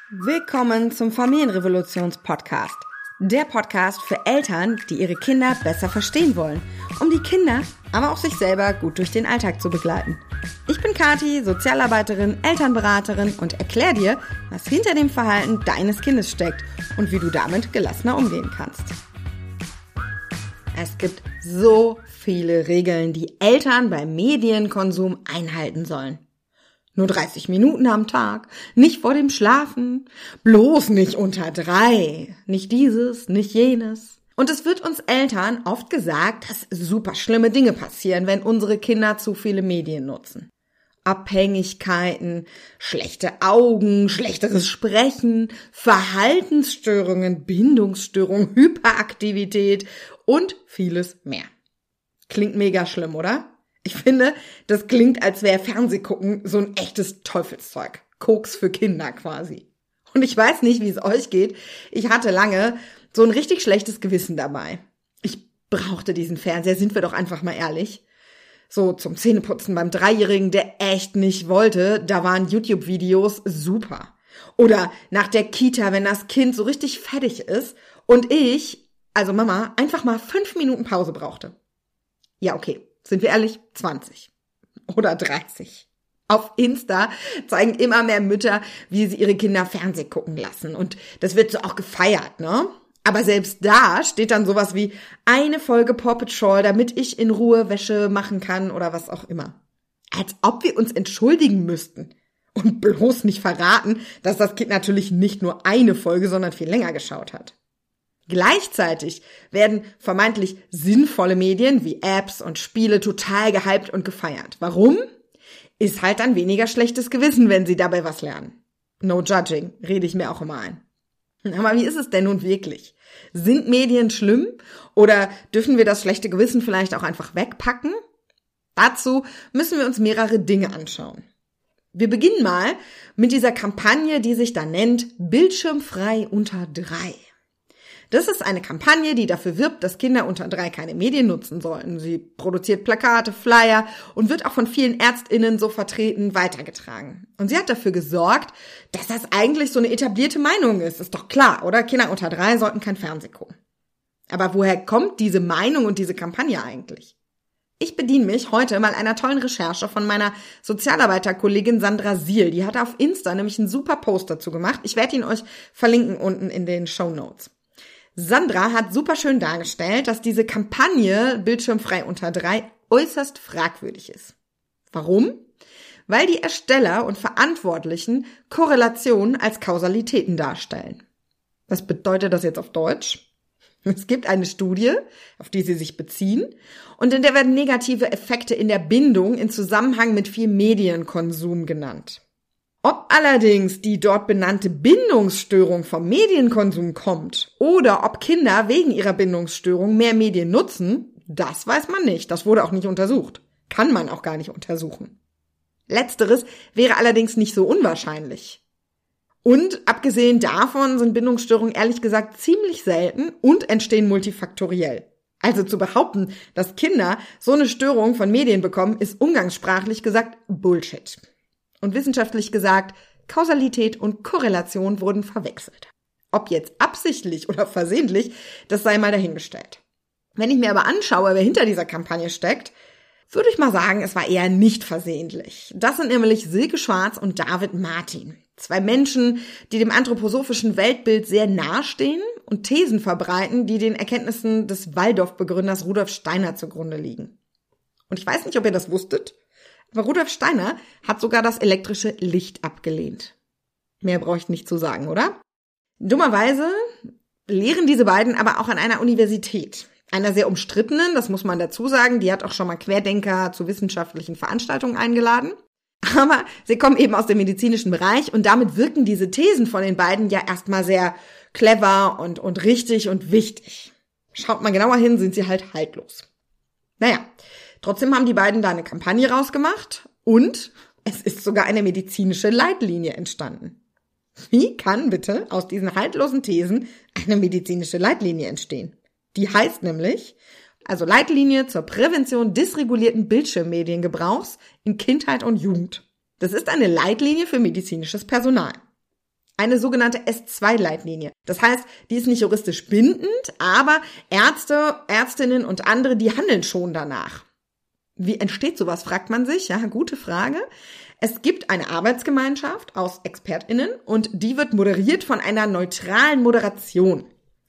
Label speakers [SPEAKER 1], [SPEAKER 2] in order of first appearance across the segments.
[SPEAKER 1] Willkommen zum Familienrevolutions-Podcast. Der Podcast für Eltern, die ihre Kinder besser verstehen wollen, um die Kinder, aber auch sich selber gut durch den Alltag zu begleiten. Ich bin Kathi, Sozialarbeiterin, Elternberaterin und erkläre dir, was hinter dem Verhalten deines Kindes steckt und wie du damit gelassener umgehen kannst. Es gibt so viele Regeln, die Eltern beim Medienkonsum einhalten sollen. Nur 30 Minuten am Tag, nicht vor dem Schlafen, bloß nicht unter 3, nicht dieses, nicht jenes. Und es wird uns Eltern oft gesagt, dass super schlimme Dinge passieren, wenn unsere Kinder zu viele Medien nutzen. Abhängigkeiten, schlechte Augen, schlechteres Sprechen, Verhaltensstörungen, Bindungsstörungen, Hyperaktivität und vieles mehr. Klingt mega schlimm, oder? Ich finde, das klingt, als wäre Fernsehgucken so ein echtes Teufelszeug. Koks für Kinder quasi. Und ich weiß nicht, wie es euch geht. Ich hatte lange so ein richtig schlechtes Gewissen dabei. Ich brauchte diesen Fernseher, sind wir doch einfach mal ehrlich. So zum Zähneputzen beim Dreijährigen, der echt nicht wollte, da waren YouTube-Videos super. Oder nach der Kita, wenn das Kind so richtig fertig ist und ich, also Mama, einfach mal 5 Minuten Pause brauchte. Ja, okay. Sind wir ehrlich? 20 oder 30. Auf Insta zeigen immer mehr Mütter, wie sie ihre Kinder Fernsehen gucken lassen. Und das wird so auch gefeiert, ne? Aber selbst da steht dann sowas wie eine Folge Paw Patrol, damit ich in Ruhe Wäsche machen kann oder was auch immer. Als ob wir uns entschuldigen müssten und bloß nicht verraten, dass das Kind natürlich nicht nur eine Folge, sondern viel länger geschaut hat. Gleichzeitig werden vermeintlich sinnvolle Medien wie Apps und Spiele total gehypt und gefeiert. Warum? Ist halt dann weniger schlechtes Gewissen, wenn sie dabei was lernen. No judging, rede ich mir auch immer ein. Aber wie ist es denn nun wirklich? Sind Medien schlimm oder dürfen wir das schlechte Gewissen vielleicht auch einfach wegpacken? Dazu müssen wir uns mehrere Dinge anschauen. Wir beginnen mal mit dieser Kampagne, die sich da nennt Bildschirmfrei unter 3. Das ist eine Kampagne, die dafür wirbt, dass Kinder unter 3 keine Medien nutzen sollten. Sie produziert Plakate, Flyer und wird auch von vielen ÄrztInnen so vertreten weitergetragen. Und sie hat dafür gesorgt, dass das eigentlich so eine etablierte Meinung ist. Ist doch klar, oder? Kinder unter 3 sollten kein Fernsehen gucken. Aber woher kommt diese Meinung und diese Kampagne eigentlich? Ich bediene mich heute mal einer tollen Recherche von meiner Sozialarbeiterkollegin Sandra Siel. Die hat auf Insta nämlich einen super Post dazu gemacht. Ich werde ihn euch verlinken unten in den Shownotes. Sandra hat super schön dargestellt, dass diese Kampagne Bildschirmfrei unter 3 äußerst fragwürdig ist. Warum? Weil die Ersteller und Verantwortlichen Korrelationen als Kausalitäten darstellen. Was bedeutet das jetzt auf Deutsch? Es gibt eine Studie, auf die sie sich beziehen, und in der werden negative Effekte in der Bindung in Zusammenhang mit viel Medienkonsum genannt. Ob allerdings die dort benannte Bindungsstörung vom Medienkonsum kommt oder ob Kinder wegen ihrer Bindungsstörung mehr Medien nutzen, das weiß man nicht. Das wurde auch nicht untersucht. Kann man auch gar nicht untersuchen. Letzteres wäre allerdings nicht so unwahrscheinlich. Und abgesehen davon sind Bindungsstörungen ehrlich gesagt ziemlich selten und entstehen multifaktoriell. Also zu behaupten, dass Kinder so eine Störung von Medien bekommen, ist umgangssprachlich gesagt Bullshit. Und wissenschaftlich gesagt, Kausalität und Korrelation wurden verwechselt. Ob jetzt absichtlich oder versehentlich, das sei mal dahingestellt. Wenn ich mir aber anschaue, wer hinter dieser Kampagne steckt, würde ich mal sagen, es war eher nicht versehentlich. Das sind nämlich Silke Schwarz und David Martin. 2 Menschen, die dem anthroposophischen Weltbild sehr nahestehen und Thesen verbreiten, die den Erkenntnissen des Waldorf-Begründers Rudolf Steiner zugrunde liegen. Und ich weiß nicht, ob ihr das wusstet, aber Rudolf Steiner hat sogar das elektrische Licht abgelehnt. Mehr brauche ich nicht zu sagen, oder? Dummerweise lehren diese beiden aber auch an einer Universität. Einer sehr umstrittenen, das muss man dazu sagen. Die hat auch schon mal Querdenker zu wissenschaftlichen Veranstaltungen eingeladen. Aber sie kommen eben aus dem medizinischen Bereich und damit wirken diese Thesen von den beiden ja erstmal sehr clever und richtig und wichtig. Schaut mal genauer hin, sind sie halt haltlos. Naja, trotzdem haben die beiden da eine Kampagne rausgemacht und es ist sogar eine medizinische Leitlinie entstanden. Wie kann bitte aus diesen haltlosen Thesen eine medizinische Leitlinie entstehen? Die heißt nämlich, also Leitlinie zur Prävention dysregulierten Bildschirmmediengebrauchs in Kindheit und Jugend. Das ist eine Leitlinie für medizinisches Personal. Eine sogenannte S2-Leitlinie. Das heißt, die ist nicht juristisch bindend, aber Ärzte, Ärztinnen und andere, die handeln schon danach. Wie entsteht sowas, fragt man sich. Ja, gute Frage. Es gibt eine Arbeitsgemeinschaft aus ExpertInnen und die wird moderiert von einer neutralen Moderation.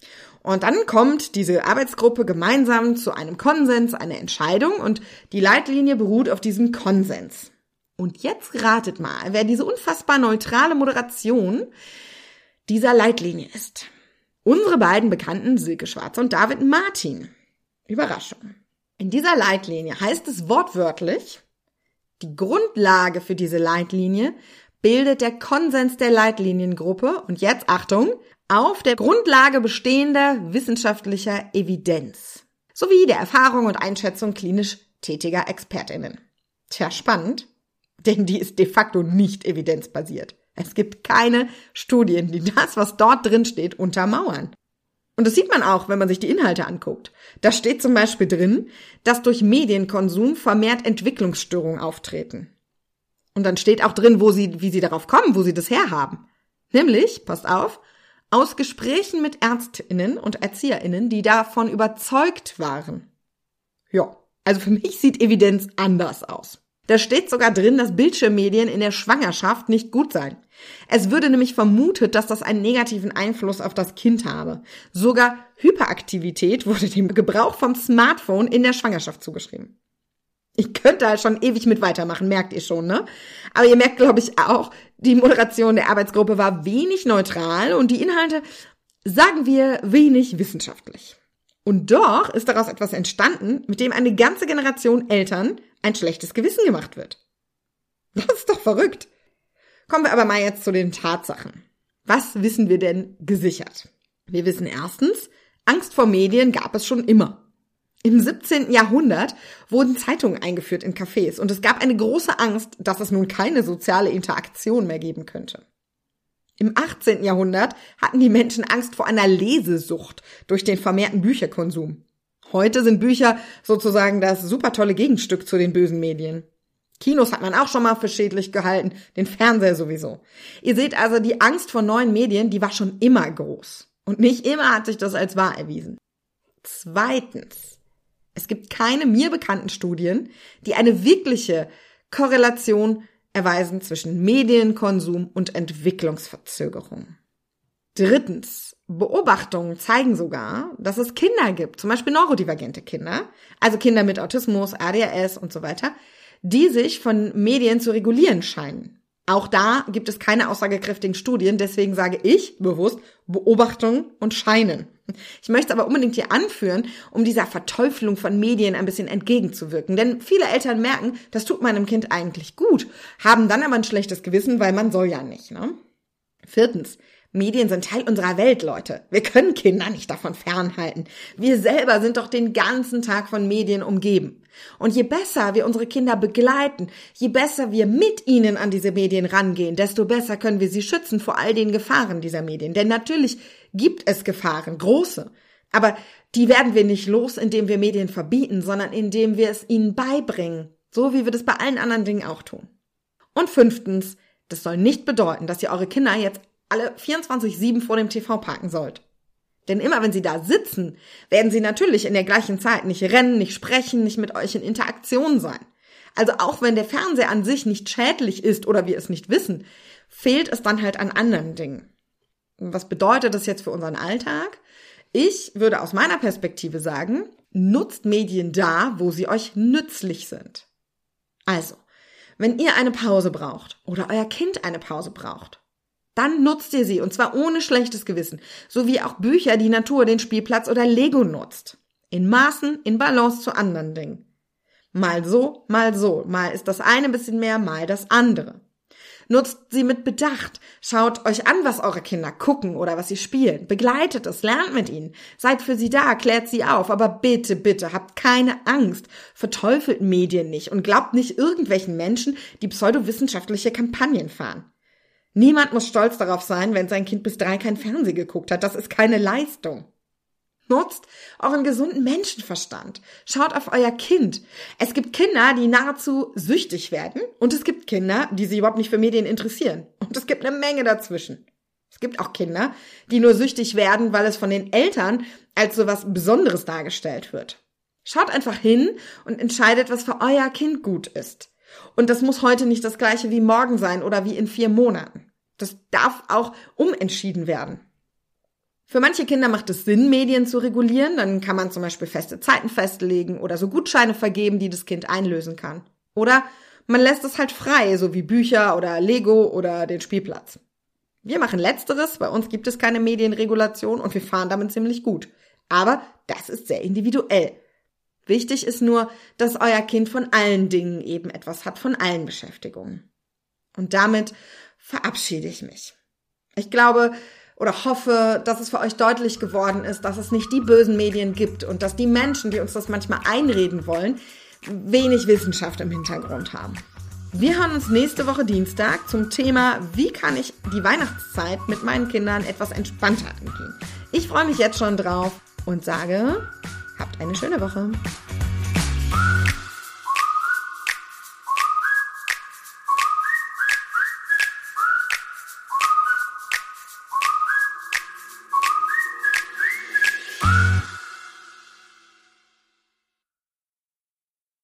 [SPEAKER 1] Und dann kommt diese Arbeitsgruppe gemeinsam zu einem Konsens, einer Entscheidung und die Leitlinie beruht auf diesem Konsens. Und jetzt ratet mal, wer diese unfassbar neutrale Moderation dieser Leitlinie ist. Unsere beiden Bekannten Silke Schwarzer und David Martin. Überraschung. In dieser Leitlinie heißt es wortwörtlich, die Grundlage für diese Leitlinie bildet der Konsens der Leitliniengruppe und jetzt Achtung, auf der Grundlage bestehender wissenschaftlicher Evidenz sowie der Erfahrung und Einschätzung klinisch tätiger ExpertInnen. Tja, spannend, denn die ist de facto nicht evidenzbasiert. Es gibt keine Studien, die das, was dort drin steht, untermauern. Und das sieht man auch, wenn man sich die Inhalte anguckt. Da steht zum Beispiel drin, dass durch Medienkonsum vermehrt Entwicklungsstörungen auftreten. Und dann steht auch drin, wie sie darauf kommen, wo sie das herhaben. Nämlich, passt auf, aus Gesprächen mit ÄrztInnen und ErzieherInnen, die davon überzeugt waren. Ja, also für mich sieht Evidenz anders aus. Da steht sogar drin, dass Bildschirmmedien in der Schwangerschaft nicht gut seien. Es würde nämlich vermutet, dass das einen negativen Einfluss auf das Kind habe. Sogar Hyperaktivität wurde dem Gebrauch vom Smartphone in der Schwangerschaft zugeschrieben. Ich könnte da schon ewig mit weitermachen, merkt ihr schon, ne? Aber ihr merkt, glaube ich, auch, die Moderation der Arbeitsgruppe war wenig neutral und die Inhalte, sagen wir, wenig wissenschaftlich. Und doch ist daraus etwas entstanden, mit dem eine ganze Generation Eltern ein schlechtes Gewissen gemacht wird. Das ist doch verrückt. Kommen wir aber mal jetzt zu den Tatsachen. Was wissen wir denn gesichert? Wir wissen erstens, Angst vor Medien gab es schon immer. Im 17. Jahrhundert wurden Zeitungen eingeführt in Cafés und es gab eine große Angst, dass es nun keine soziale Interaktion mehr geben könnte. Im 18. Jahrhundert hatten die Menschen Angst vor einer Lesesucht durch den vermehrten Bücherkonsum. Heute sind Bücher sozusagen das super tolle Gegenstück zu den bösen Medien. Kinos hat man auch schon mal für schädlich gehalten, den Fernseher sowieso. Ihr seht also, die Angst vor neuen Medien, die war schon immer groß. Und nicht immer hat sich das als wahr erwiesen. Zweitens, es gibt keine mir bekannten Studien, die eine wirkliche Korrelation erweisen zwischen Medienkonsum und Entwicklungsverzögerung. Drittens, Beobachtungen zeigen sogar, dass es Kinder gibt, zum Beispiel neurodivergente Kinder, also Kinder mit Autismus, ADHS und so weiter, die sich von Medien zu regulieren scheinen. Auch da gibt es keine aussagekräftigen Studien, deswegen sage ich bewusst Beobachtungen und Scheinen. Ich möchte es aber unbedingt hier anführen, um dieser Verteufelung von Medien ein bisschen entgegenzuwirken. Denn viele Eltern merken, das tut meinem Kind eigentlich gut, haben dann aber ein schlechtes Gewissen, weil man soll ja nicht, ne? Viertens, Medien sind Teil unserer Welt, Leute. Wir können Kinder nicht davon fernhalten. Wir selber sind doch den ganzen Tag von Medien umgeben. Und je besser wir unsere Kinder begleiten, je besser wir mit ihnen an diese Medien rangehen, desto besser können wir sie schützen vor all den Gefahren dieser Medien. Denn natürlich gibt es Gefahren, große. Aber die werden wir nicht los, indem wir Medien verbieten, sondern indem wir es ihnen beibringen. So wie wir das bei allen anderen Dingen auch tun. Und fünftens, das soll nicht bedeuten, dass ihr eure Kinder jetzt alle 24/7 vor dem TV parken sollt. Denn immer wenn sie da sitzen, werden sie natürlich in der gleichen Zeit nicht rennen, nicht sprechen, nicht mit euch in Interaktion sein. Also auch wenn der Fernseher an sich nicht schädlich ist oder wir es nicht wissen, fehlt es dann halt an anderen Dingen. Und was bedeutet das jetzt für unseren Alltag? Ich würde aus meiner Perspektive sagen, nutzt Medien da, wo sie euch nützlich sind. Also, wenn ihr eine Pause braucht oder euer Kind eine Pause braucht, dann nutzt ihr sie, und zwar ohne schlechtes Gewissen, sowie auch Bücher, die Natur, den Spielplatz oder Lego nutzt. In Maßen, in Balance zu anderen Dingen. Mal so, mal so, mal ist das eine ein bisschen mehr, mal das andere. Nutzt sie mit Bedacht, schaut euch an, was eure Kinder gucken oder was sie spielen, begleitet es, lernt mit ihnen, seid für sie da, klärt sie auf, aber bitte, bitte, habt keine Angst, verteufelt Medien nicht und glaubt nicht irgendwelchen Menschen, die pseudowissenschaftliche Kampagnen fahren. Niemand muss stolz darauf sein, wenn sein Kind bis 3 kein Fernsehen geguckt hat. Das ist keine Leistung. Nutzt euren gesunden Menschenverstand. Schaut auf euer Kind. Es gibt Kinder, die nahezu süchtig werden und es gibt Kinder, die sich überhaupt nicht für Medien interessieren. Und es gibt eine Menge dazwischen. Es gibt auch Kinder, die nur süchtig werden, weil es von den Eltern als so was Besonderes dargestellt wird. Schaut einfach hin und entscheidet, was für euer Kind gut ist. Und das muss heute nicht das gleiche wie morgen sein oder wie in 4 Monaten. Das darf auch umentschieden werden. Für manche Kinder macht es Sinn, Medien zu regulieren. Dann kann man zum Beispiel feste Zeiten festlegen oder so Gutscheine vergeben, die das Kind einlösen kann. Oder man lässt es halt frei, so wie Bücher oder Lego oder den Spielplatz. Wir machen Letzteres, bei uns gibt es keine Medienregulation und wir fahren damit ziemlich gut. Aber das ist sehr individuell. Wichtig ist nur, dass euer Kind von allen Dingen eben etwas hat, von allen Beschäftigungen. Und damit verabschiede ich mich. Ich glaube oder hoffe, dass es für euch deutlich geworden ist, dass es nicht die bösen Medien gibt und dass die Menschen, die uns das manchmal einreden wollen, wenig Wissenschaft im Hintergrund haben. Wir hören uns nächste Woche Dienstag zum Thema, wie kann ich die Weihnachtszeit mit meinen Kindern etwas entspannter angehen. Ich freue mich jetzt schon drauf und sage, habt eine schöne Woche.